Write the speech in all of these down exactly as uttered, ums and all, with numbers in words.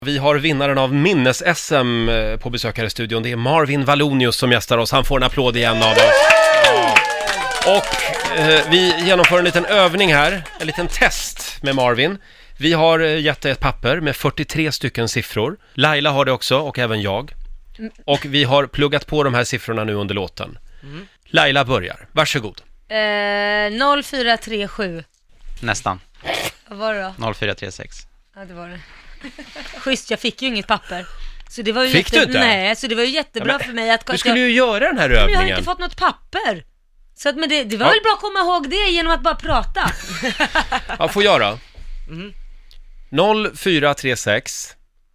Vi har vinnaren av minnes-S M på besökarstudion. Det är Marvin Vallonius som gästar oss. Han får en applåd igen av oss. Ja. Och eh, vi genomför en liten övning här. En liten test med Marvin. Vi har gett ett papper med fyrtiotre stycken siffror. Laila har det också och även jag. Och vi har pluggat på de här siffrorna nu under låten. Mm. Laila börjar. Varsågod. Eh, noll fyra tre sju. Nästan. Vad var det då? noll fyra tre sex. Ja, det var det. Schysst, jag fick ju inget papper. Så det var ju Fick jätte... du inte? Nej, så det var ju jättebra ja, men, för mig att... Du skulle jag... ju göra den här övningen. Men jag har inte fått något papper. Så att, men det, det var ja. väl bra att komma ihåg det genom att bara prata. Ja, får jag då? Mm. noll fyra tre sex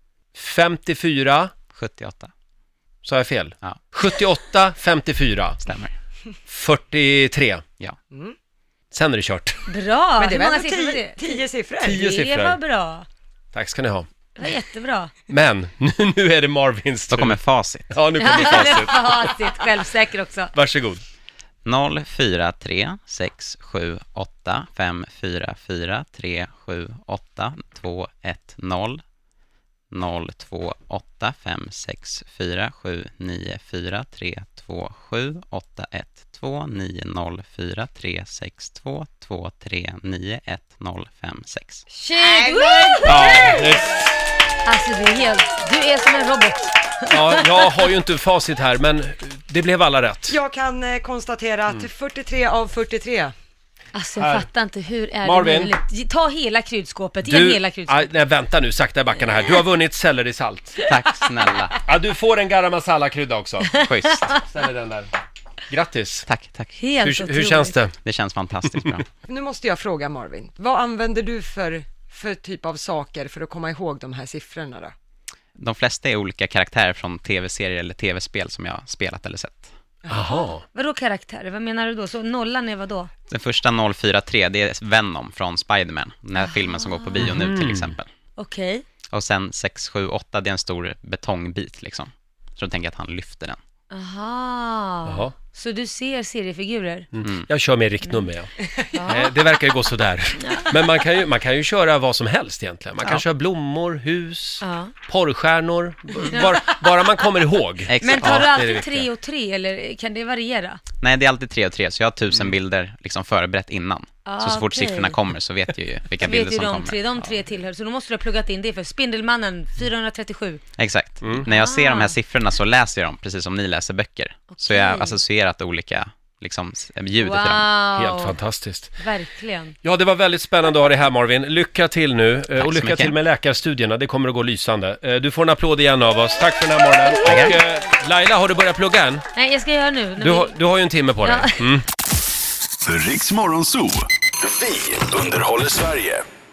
femtiofyra sjuttioåtta. Så har jag fel? Ja. sjuttioåtta femtiofyra. Stämmer. fyrtiotre. Ja. Mm. Sen är det kört. Bra. Men det var många ändå siffror tio, tio siffror. Tio siffror. Det var bra. Tack ska ni ha. Det var jättebra. Men nu, nu är det Marvins tur. Då kommer facit. Ja, nu kommer facit. Facit, självsäker också. Varsågod. noll fyra tre sex sju åtta fem fyra fyra tre sju åtta två ett noll noll två åtta fem sex fyra sju nio fyra tre två sju åtta ett två nio noll fyra tre sex två två tre nio ett noll fem sex. Shit! Ja, det... Alltså det är helt... Du är som en robot. Ja, jag har ju inte facit här, men det blev alla rätt. Jag kan eh, konstatera att mm. fyrtiotre av fyrtiotre. Alltså jag här. fattar inte, hur är Marvin, det möjligt? Ta hela kryddskåpet, du, ge hela kryddskåpet. Nej, vänta nu, sakta i backarna här. Du har vunnit sellerisalt. Tack snälla. Ja, du får en garam masala-krydda också. Schysst. Ställ den där. Grattis. Tack, tack. Helt hur, hur känns det? Det känns fantastiskt bra. Nu måste jag fråga Marvin, vad använder du för, för typ av saker för att komma ihåg de här siffrorna då? De flesta är olika karaktärer från tv-serier eller tv-spel som jag har spelat eller sett. Jaha. Vadå karaktärer? Vad menar du då? Så nollan är vad då? Den första noll fyra tre, det är Venom från Spider-Man. Den här Aha. filmen som går på bio nu till exempel. Okej. Okay. Och sen sex sju åtta, det är en stor betongbit liksom. Så då tänker jag att han lyfter den. Aha. Jaha. Så du ser seriefigurer? Mm. Mm. Jag kör med riktnummer, ja. ja. Det verkar ju gå sådär. Men man kan ju, man kan ju köra vad som helst egentligen. Man kan ja. köra blommor, hus, ja. porrstjärnor. Bara, bara man kommer ihåg. Exakt. Men tar ja, du alltid tre och tre eller kan det variera? Nej, det är alltid tre och tre. Så jag har tusen mm. bilder liksom förberett innan. Ah, så så fort okay. siffrorna kommer så vet jag ju vilka vet bilder ju som de kommer. Tre, de tre tillhör. Så då måste du ha pluggat in det för Spindelmannen fyrahundratrettiosju. Exakt. Mm. När jag ser de här siffrorna så läser jag dem precis som ni läser böcker. Okay. Så jag har associerat olika liksom, ljud wow. till dem. Helt fantastiskt. Verkligen. Ja, det var väldigt spännande att ha dig här, Marvin. Lycka till nu. Tack och lycka mycket. till med läkarstudierna. Det kommer att gå lysande. Du får en applåd igen av oss. Tack för den här morgonen. Och eh, Laila, har du börjat plugga än? Nej, jag ska göra nu. Du, vi... har, du har ju en timme på dig. Ja. Mm. Riks Morgonzoo. Vi underhåller Sverige.